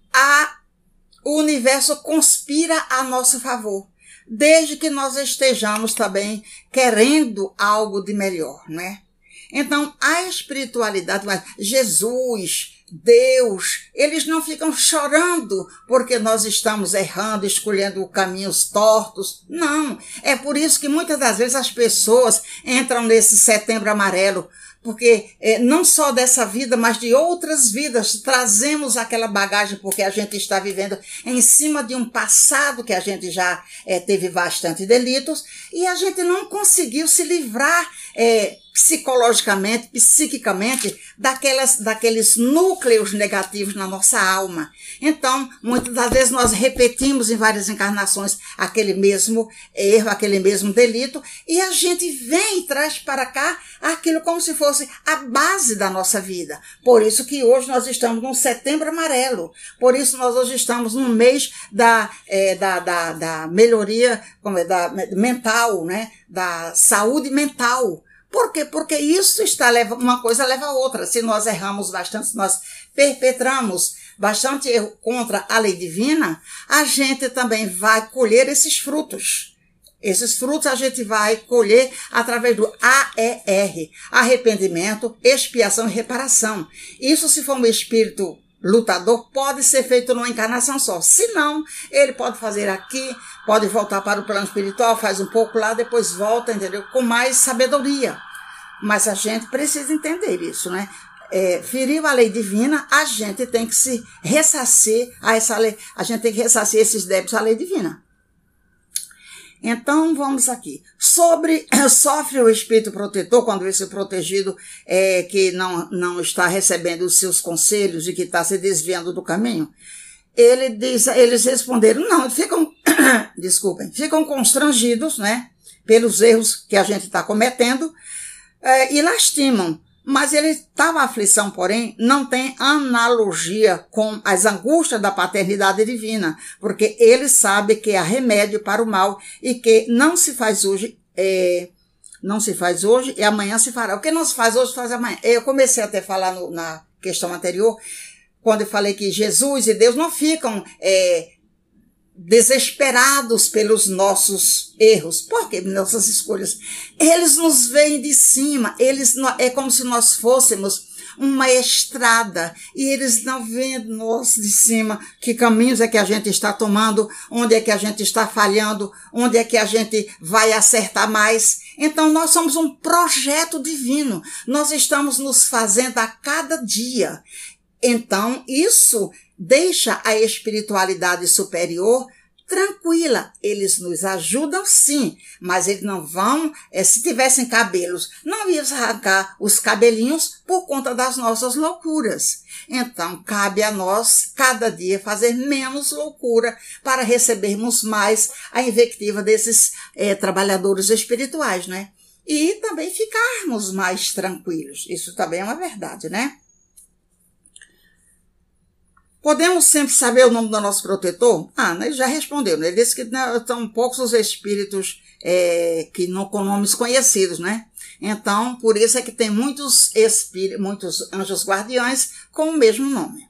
o universo conspira a nosso favor, desde que nós estejamos também querendo algo de melhor, né? Então, a espiritualidade, Jesus, Deus, eles não ficam chorando porque nós estamos errando, escolhendo caminhos tortos. Não, é por isso que muitas das vezes as pessoas entram nesse setembro amarelo, porque não só dessa vida, mas de outras vidas, trazemos aquela bagagem porque a gente está vivendo em cima de um passado que a gente já teve bastante delitos e a gente não conseguiu se livrar psicologicamente, psiquicamente, daqueles núcleos negativos na nossa alma. Então, muitas das vezes nós repetimos em várias encarnações aquele mesmo erro, aquele mesmo delito, e a gente vem e traz para cá aquilo como se fosse a base da nossa vida. Por isso que hoje nós estamos num setembro amarelo. Por isso nós hoje estamos no mês da melhoria mental, né? Da saúde mental. Por quê? Porque isso uma coisa leva a outra. Se nós erramos bastante, se nós perpetramos bastante erro contra a lei divina, a gente também vai colher esses frutos. Esses frutos a gente vai colher através do AER, arrependimento, expiação e reparação. Isso, se for um espírito lutador, pode ser feito numa encarnação só. Se não, ele pode fazer aqui, pode voltar para o plano espiritual, faz um pouco lá, depois volta, entendeu? Com mais sabedoria. Mas a gente precisa entender isso, né? Feriu a lei divina, a gente tem que se ressarcir a essa lei, a gente tem que ressarcir esses débitos à lei divina. Então, vamos aqui. Sofre o espírito protetor quando esse protegido que não está recebendo os seus conselhos e que está se desviando do caminho? Eles responderam, não, ficam constrangidos, né, pelos erros que a gente está cometendo e lastimam. Mas tal aflição, porém, não tem analogia com as angústias da paternidade divina, porque ele sabe que há remédio para o mal e que não se faz hoje e amanhã se fará. O que não se faz hoje, faz amanhã. Eu comecei até a falar na questão anterior, quando eu falei que Jesus e Deus não ficam desesperados pelos nossos erros, porque nossas escolhas, eles nos veem de cima, é como se nós fôssemos uma estrada e eles não veem nós de cima que caminhos é que a gente está tomando, onde é que a gente está falhando, onde é que a gente vai acertar mais. Então nós somos um projeto divino, nós estamos nos fazendo a cada dia. Então isso deixa a espiritualidade superior tranquila. Eles nos ajudam sim, mas eles não vão, se tivessem cabelos, não iam arrancar os cabelinhos por conta das nossas loucuras. Então cabe a nós, cada dia, fazer menos loucura para recebermos mais a invectiva desses trabalhadores espirituais, né? E também ficarmos mais tranquilos. Isso também é uma verdade, né? Podemos sempre saber o nome do nosso protetor? Ele já respondeu, né? Ele disse que são poucos os espíritos com nomes conhecidos, né? Então, por isso é que tem muitos anjos guardiães com o mesmo nome.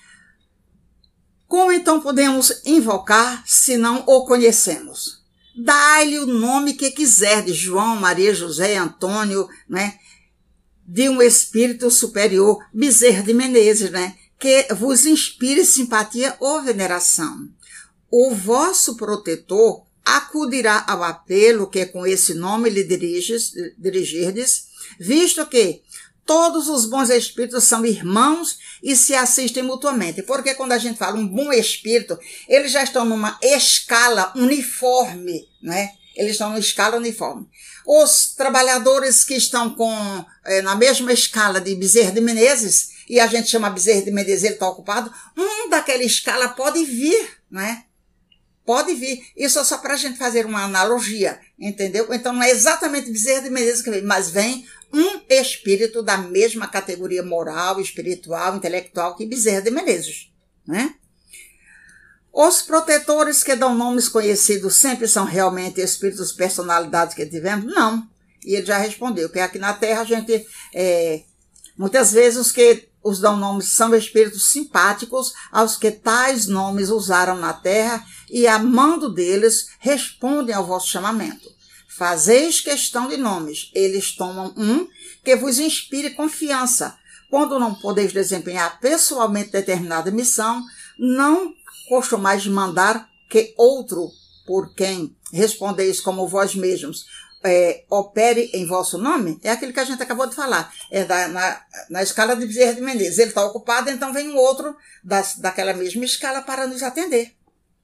Como então podemos invocar se não o conhecemos? Dá-lhe o nome que quiser, de João, Maria, José, Antônio, né? De um espírito superior, Bezerra de Menezes, né? Que vos inspire simpatia ou veneração. O vosso protetor acudirá ao apelo que com esse nome lhe dirigirdes, visto que todos os bons espíritos são irmãos e se assistem mutuamente. Porque quando a gente fala um bom espírito, eles já estão numa escala uniforme, né? Eles estão numa escala uniforme. Os trabalhadores que estão na mesma escala de Bezerra de Menezes, e a gente chama Bezerra de Menezes, ele está ocupado, daquela escala pode vir, né? Pode vir. Isso é só para a gente fazer uma analogia, entendeu? Então não é exatamente Bezerra de Menezes que vem, mas vem um espírito da mesma categoria moral, espiritual, intelectual que Bezerra de Menezes, né? Os protetores que dão nomes conhecidos sempre são realmente espíritos, personalidades que tivemos? Não. E ele já respondeu que aqui na Terra a gente, muitas vezes os que os dão nomes são espíritos simpáticos aos que tais nomes usaram na Terra e, a mando deles, respondem ao vosso chamamento. Fazeis questão de nomes, eles tomam um que vos inspire confiança. Quando não podeis desempenhar pessoalmente determinada missão, não costumais mandar que outro, por quem respondeis como vós mesmos, opere em vosso nome, é aquilo que a gente acabou de falar, na escala de Bezerra de Menezes. Ele está ocupado, então vem um outro daquela mesma escala para nos atender.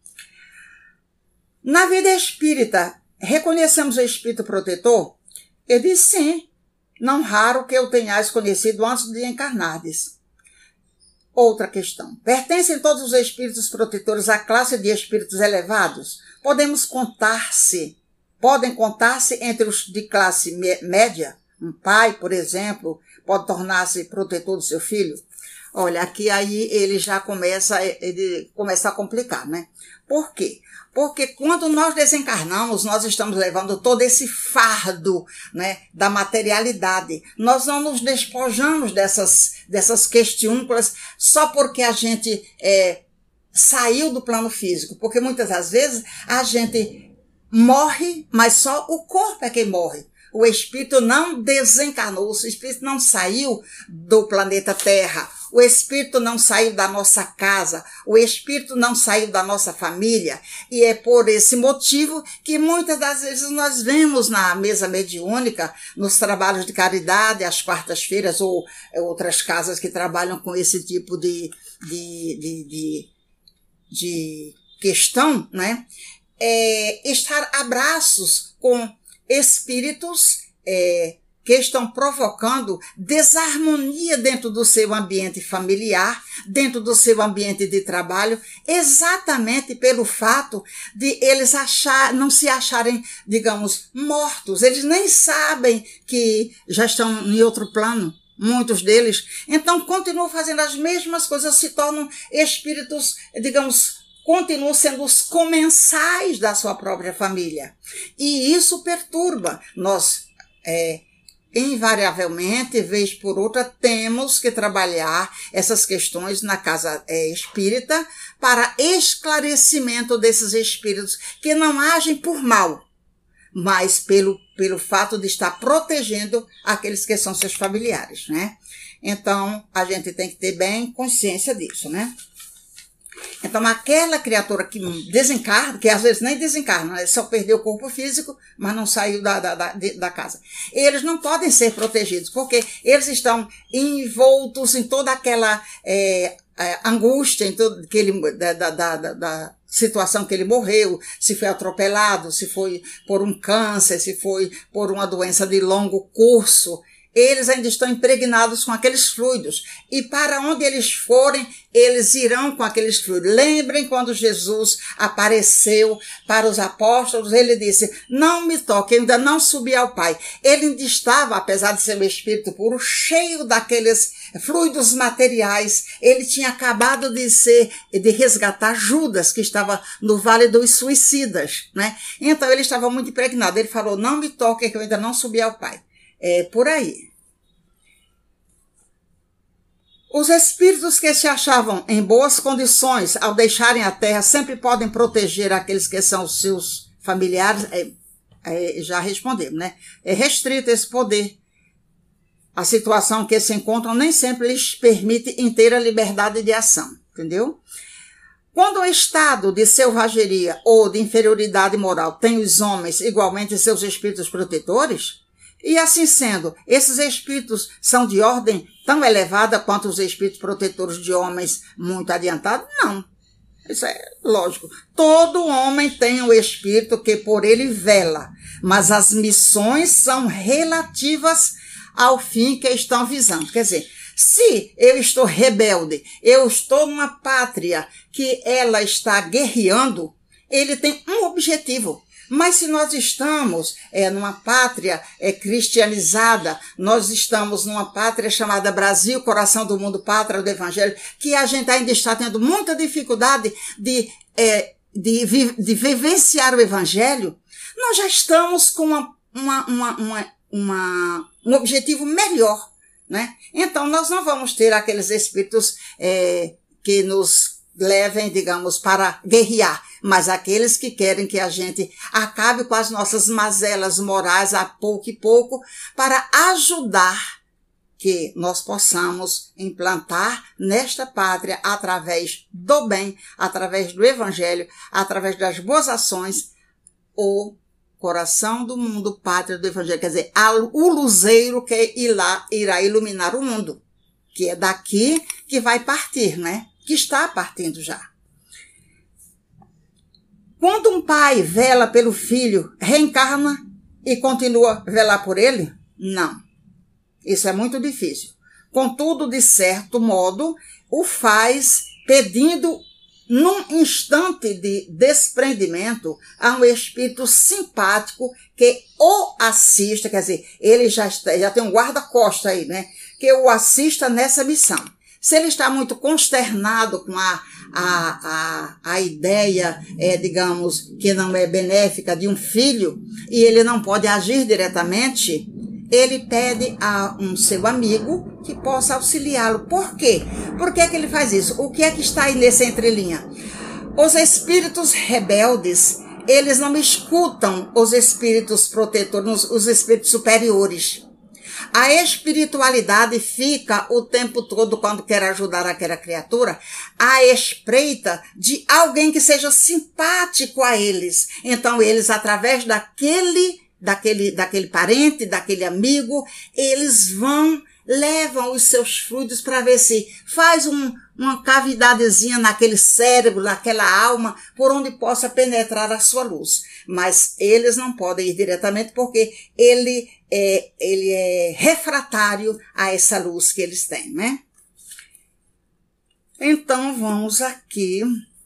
Na vida espírita, reconhecemos o espírito protetor? Eu disse sim, não raro que eu tenhais conhecido antes de encarnardes. Outra questão. Pertencem todos os espíritos protetores à classe de espíritos elevados? Podem contar-se entre os de classe média? Um pai, por exemplo, pode tornar-se protetor do seu filho? Olha, aqui aí ele já começa a complicar, né? Por quê? Porque quando nós desencarnamos, nós estamos levando todo esse fardo, né, da materialidade. Nós não nos despojamos dessas questiúnculas só porque a gente saiu do plano físico. Porque muitas das vezes a gente morre, mas só o corpo é quem morre. O espírito não desencarnou, o espírito não saiu do planeta Terra. O espírito não saiu da nossa casa, o espírito não saiu da nossa família, e é por esse motivo que muitas das vezes nós vemos na mesa mediúnica, nos trabalhos de caridade, às quartas-feiras, ou outras casas que trabalham com esse tipo de questão, né? Estar a braços com espíritos que estão provocando desarmonia dentro do seu ambiente familiar, dentro do seu ambiente de trabalho, exatamente pelo fato de eles não se acharem, digamos, mortos. Eles nem sabem que já estão em outro plano, muitos deles. Então, continuam fazendo as mesmas coisas, se tornam espíritos, digamos, continuam sendo os comensais da sua própria família. E isso perturba. Nós, invariavelmente, vez por outra, temos que trabalhar essas questões na casa espírita para esclarecimento desses espíritos que não agem por mal, mas pelo fato de estar protegendo aqueles que são seus familiares, né? Então, a gente tem que ter bem consciência disso, né? Então, aquela criatura que desencarna, que às vezes nem desencarna, né? Só perdeu o corpo físico, mas não saiu da casa. Eles não podem ser protegidos, porque eles estão envoltos em toda aquela angústia, em todo da situação que ele morreu, se foi atropelado, se foi por um câncer, se foi por uma doença de longo curso. Eles ainda estão impregnados com aqueles fluidos. E para onde eles forem, eles irão com aqueles fluidos. Lembrem quando Jesus apareceu para os apóstolos, ele disse, não me toque, eu ainda não subi ao Pai. Ele ainda estava, apesar de ser um espírito puro, cheio daqueles fluidos materiais. Ele tinha acabado de resgatar Judas, que estava no Vale dos Suicidas, né? Então ele estava muito impregnado. Ele falou, não me toque, que eu ainda não subi ao Pai. é por aí. Os espíritos que se achavam em boas condições ao deixarem a Terra sempre podem proteger aqueles que são os seus familiares. Já respondemos, né? É restrito esse poder. A situação que se encontram nem sempre lhes permite inteira liberdade de ação, entendeu? Quando o estado de selvageria ou de inferioridade moral tem os homens igualmente seus espíritos protetores, e assim sendo, esses espíritos são de ordem tão elevada quanto os espíritos protetores de homens muito adiantados? Não. Isso é lógico. Todo homem tem um espírito que por ele vela, mas as missões são relativas ao fim que estão visando. Quer dizer, se eu estou rebelde, eu estou numa pátria que ela está guerreando, ele tem um objetivo. Mas se nós estamos numa pátria cristianizada, nós estamos numa pátria chamada Brasil, coração do mundo, pátria do Evangelho, que a gente ainda está tendo muita dificuldade de vivenciar o Evangelho, nós já estamos com um objetivo melhor, né? Então, nós não vamos ter aqueles espíritos que nos levem, digamos, para guerrear, mas aqueles que querem que a gente acabe com as nossas mazelas morais a pouco e pouco, para ajudar que nós possamos implantar nesta pátria, através do bem, através do Evangelho, através das boas ações, o coração do mundo, pátria do Evangelho, quer dizer, o luzeiro que irá iluminar o mundo, que é daqui que vai partir, né? Que está partindo já. Quando um pai vela pelo filho, reencarna e continua a velar por ele? Não. Isso é muito difícil. Contudo, de certo modo, o faz pedindo, num instante de desprendimento, a um espírito simpático que o assista, quer dizer, ele já tem um guarda-costa aí, né? Que o assista nessa missão. Se ele está muito consternado com a ideia, digamos, que não é benéfica de um filho, e ele não pode agir diretamente, ele pede a um seu amigo que possa auxiliá-lo. Por quê? Por que é que ele faz isso? O que é que está aí nessa entrelinha? Os espíritos rebeldes, eles não escutam os espíritos protetores, os espíritos superiores. A espiritualidade fica o tempo todo, quando quer ajudar aquela criatura, à espreita de alguém que seja simpático a eles. Então, eles, através daquele parente, daquele amigo, eles levam os seus fluidos para ver se faz uma cavidadezinha naquele cérebro, naquela alma, por onde possa penetrar a sua luz. Mas eles não podem ir diretamente, porque ele é refratário a essa luz que eles têm, né? Então, vamos aqui.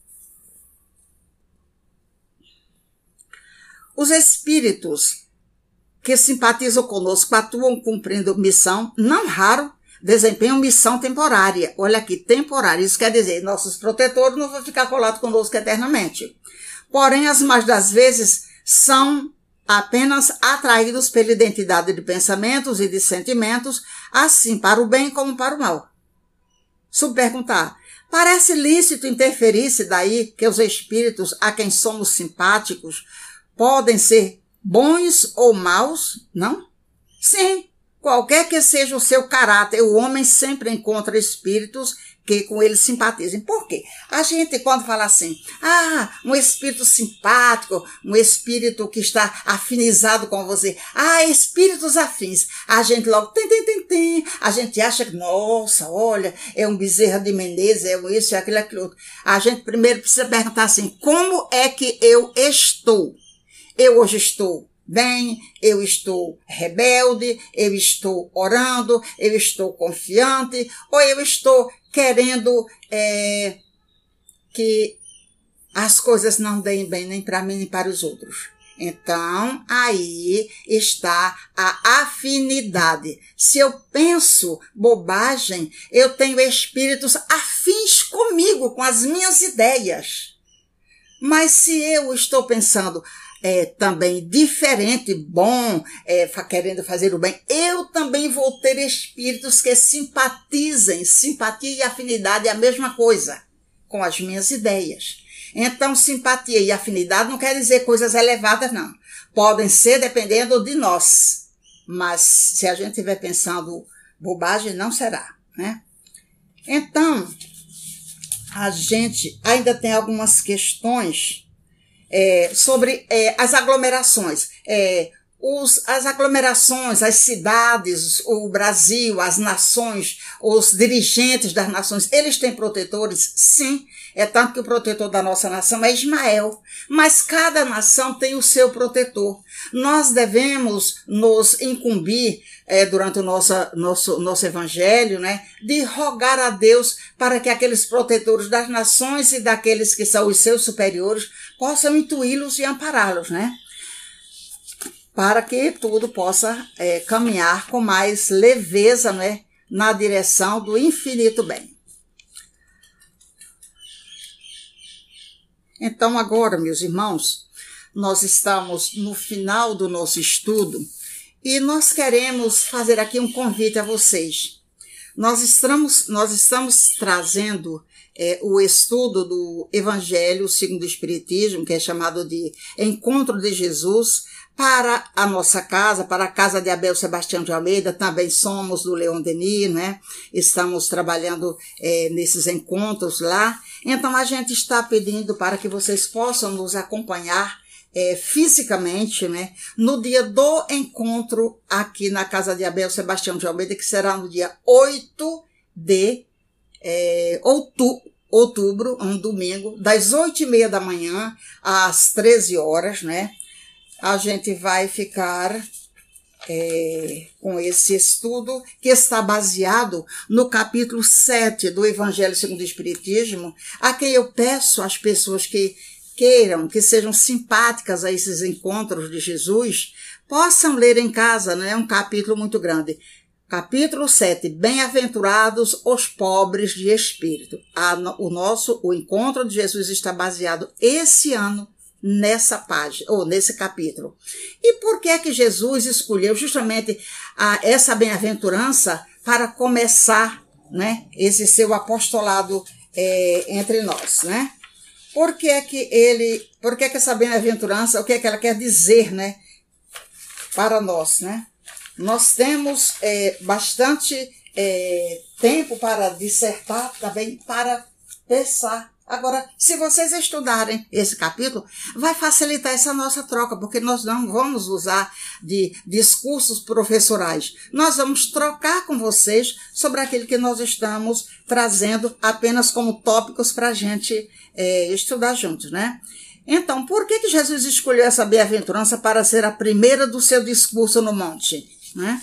Os espíritos que simpatizam conosco, atuam cumprindo missão, não raro, desempenham missão temporária. Olha aqui, temporária. Isso quer dizer, nossos protetores não vão ficar colados conosco eternamente. Porém, as mais das vezes são apenas atraídos pela identidade de pensamentos e de sentimentos, assim para o bem como para o mal. Subperguntar: parece lícito interferir-se daí que os espíritos a quem somos simpáticos podem ser bons ou maus? Não? Sim, qualquer que seja o seu caráter, o homem sempre encontra espíritos que com ele simpatizem. Por quê? A gente, quando fala assim, um espírito simpático, um espírito que está afinizado com você, espíritos afins, a gente logo, a gente acha que, nossa, olha, é um Bezerra de Menezes, é isso, é aquilo, aquilo outro. A gente primeiro precisa perguntar assim, como é que eu estou? Eu hoje estou bem, eu estou rebelde, eu estou orando, eu estou confiante, ou eu estou querendo que as coisas não deem bem nem para mim nem para os outros. Então, aí está a afinidade. Se eu penso bobagem, eu tenho espíritos afins comigo, com as minhas ideias. Mas se eu estou pensando também diferente, bom, querendo fazer o bem, eu também vou ter espíritos que simpatizem. Simpatia e afinidade é a mesma coisa com as minhas ideias. Então, simpatia e afinidade não quer dizer coisas elevadas, não. Podem ser dependendo de nós. Mas se a gente estiver pensando bobagem, não será, né? Então, a gente ainda tem algumas questões sobre as aglomerações. As aglomerações, as cidades, o Brasil, as nações, os dirigentes das nações, eles têm protetores? Sim. É tanto que o protetor da nossa nação é Ismael. Mas cada nação tem o seu protetor. Nós devemos nos incumbir, durante o nosso evangelho, né, de rogar a Deus para que aqueles protetores das nações e daqueles que são os seus superiores possam intuí-los e ampará-los, né? Para que tudo possa caminhar com mais leveza, né, na direção do infinito bem. Então agora, meus irmãos, nós estamos no final do nosso estudo e nós queremos fazer aqui um convite a vocês. Nós estamos trazendo o estudo do Evangelho segundo o Espiritismo, que é chamado de Encontro de Jesus, para a nossa casa, para a casa de Abel Sebastião de Almeida. Também somos do Leon Denis, né? Estamos trabalhando nesses encontros lá. Então a gente está pedindo para que vocês possam nos acompanhar fisicamente, né, no dia do encontro aqui na casa de Abel Sebastião de Almeida, que será no dia 8 de outubro, um domingo, das 8h30 da manhã às 13 horas, né? A gente vai ficar com esse estudo que está baseado no capítulo 7 do Evangelho segundo o Espiritismo, a quem eu peço às pessoas que queiram, que sejam simpáticas a esses encontros de Jesus, possam ler em casa, não é um capítulo muito grande. Capítulo 7, Bem-aventurados os pobres de espírito. O encontro de Jesus está baseado esse ano nessa página, ou nesse capítulo. E por que é que Jesus escolheu justamente essa bem-aventurança para começar, né, esse seu apostolado entre nós, né? Por que é que essa bem-aventurança, o que é que ela quer dizer, né, para nós, né? Nós temos bastante tempo para dissertar, também para pensar. Agora, se vocês estudarem esse capítulo, vai facilitar essa nossa troca, porque nós não vamos usar de discursos professorais. Nós vamos trocar com vocês sobre aquilo que nós estamos trazendo apenas como tópicos para a gente estudar juntos, né? Então, por que Jesus escolheu essa bem-aventurança para ser a primeira do seu discurso no monte, né?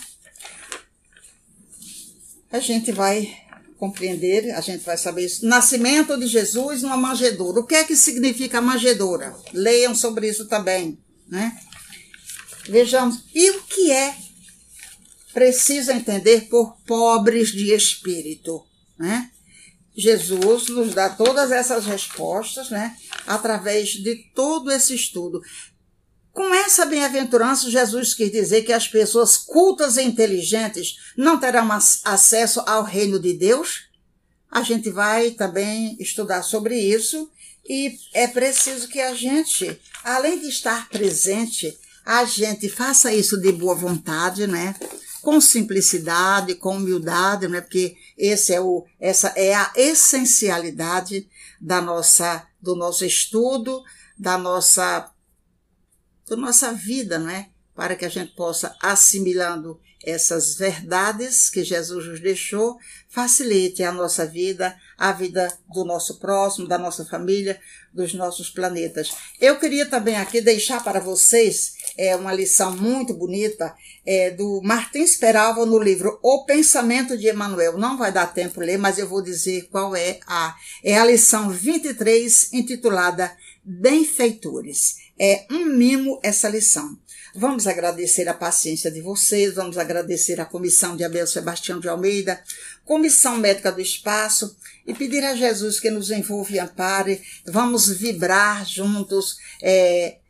A gente vai compreender, a gente vai saber isso. Nascimento de Jesus numa manjedoura. O que é que significa a manjedoura? Leiam sobre isso também, né? Vejamos. E o que é preciso entender por pobres de espírito, né? Jesus nos dá todas essas respostas, né, através de todo esse estudo. Com essa bem-aventurança, Jesus quis dizer que as pessoas cultas e inteligentes não terão acesso ao reino de Deus? A gente vai também estudar sobre isso e é preciso que a gente, além de estar presente, a gente faça isso de boa vontade, né? Com simplicidade, com humildade, né? Porque essa é a essencialidade do nosso estudo, da nossa vida, né? Para que a gente possa, assimilando essas verdades que Jesus nos deixou, facilite a nossa vida, a vida do nosso próximo, da nossa família, dos nossos planetas. Eu queria também aqui deixar para vocês uma lição muito bonita do Martins Peralva no livro O Pensamento de Emmanuel. Não vai dar tempo ler, mas eu vou dizer qual é a lição 23, intitulada Benfeitores. É um mimo essa lição. Vamos agradecer a paciência de vocês, vamos agradecer a comissão de Abel Sebastião de Almeida, Comissão Médica do Espaço, e pedir a Jesus que nos envolva e ampare. Vamos vibrar juntos,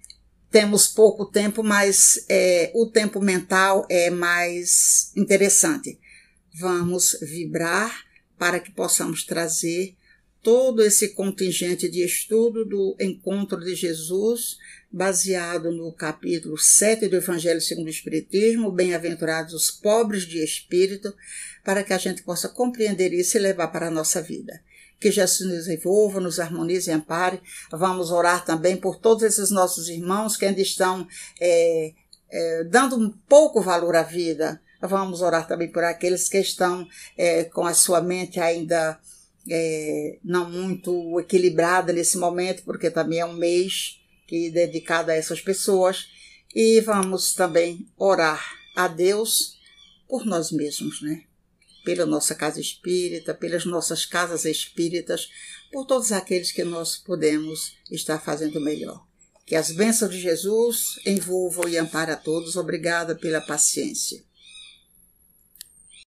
temos pouco tempo, mas o tempo mental é mais interessante. Vamos vibrar para que possamos trazer todo esse contingente de estudo do encontro de Jesus, baseado no capítulo 7 do Evangelho segundo o Espiritismo, bem-aventurados os pobres de espírito, para que a gente possa compreender isso e levar para a nossa vida. Que Jesus nos envolva, nos harmonize e ampare. Vamos orar também por todos esses nossos irmãos que ainda estão dando um pouco valor à vida. Vamos orar também por aqueles que estão com a sua mente ainda não muito equilibrada nesse momento, porque também é um mês dedicado a essas pessoas. E vamos também orar a Deus por nós mesmos, né? Pela nossa casa espírita, pelas nossas casas espíritas, por todos aqueles que nós podemos estar fazendo melhor. Que as bênçãos de Jesus envolvam e amparem a todos. Obrigada pela paciência.